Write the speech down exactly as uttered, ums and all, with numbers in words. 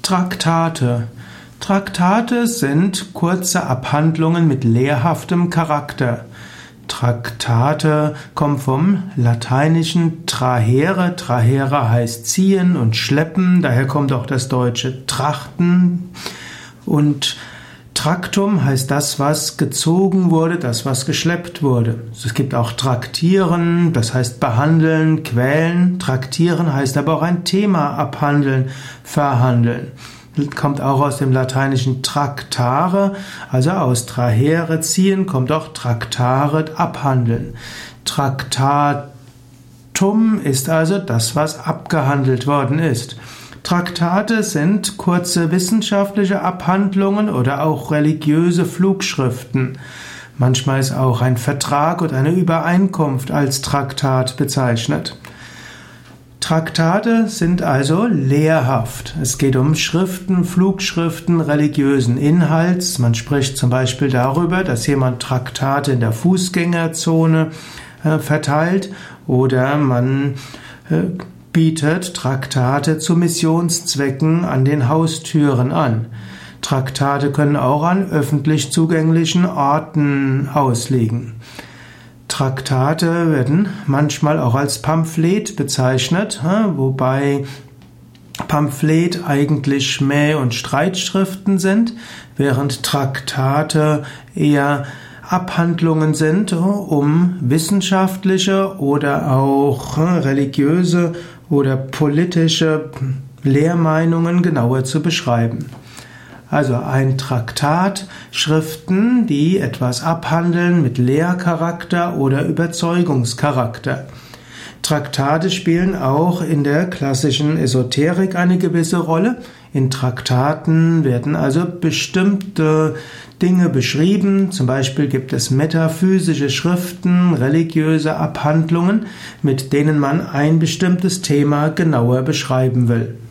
Traktate. Traktate sind kurze Abhandlungen mit lehrhaftem Charakter. Traktate kommen vom lateinischen trahere. Trahere heißt ziehen und schleppen, daher kommt auch das deutsche trachten. Und Traktum heißt das, was gezogen wurde, das, was geschleppt wurde. Es gibt auch traktieren, das heißt behandeln, quälen. Traktieren heißt aber auch ein Thema abhandeln, verhandeln. Kommt auch aus dem lateinischen traktare, also aus trahere ziehen, kommt auch traktare abhandeln. Traktatum ist also das, was abgehandelt worden ist. Traktate sind kurze wissenschaftliche Abhandlungen oder auch religiöse Flugschriften. Manchmal ist auch ein Vertrag oder eine Übereinkunft als Traktat bezeichnet. Traktate sind also lehrhaft. Es geht um Schriften, Flugschriften, religiösen Inhalts. Man spricht zum Beispiel darüber, dass jemand Traktate in der Fußgängerzone äh, verteilt oder man äh, bietet Traktate zu Missionszwecken an den Haustüren an. Traktate können auch an öffentlich zugänglichen Orten ausliegen. Traktate werden manchmal auch als Pamphlet bezeichnet, wobei Pamphlet eigentlich Schmäh- und Streitschriften sind, während Traktate eher Abhandlungen sind, um wissenschaftliche oder auch religiöse oder politische Lehrmeinungen genauer zu beschreiben. Also ein Traktat, Schriften, die etwas abhandeln mit Lehrcharakter oder Überzeugungscharakter. Traktate spielen auch in der klassischen Esoterik eine gewisse Rolle. In Traktaten werden also bestimmte Dinge beschrieben. Zum Beispiel gibt es metaphysische Schriften, religiöse Abhandlungen, mit denen man ein bestimmtes Thema genauer beschreiben will.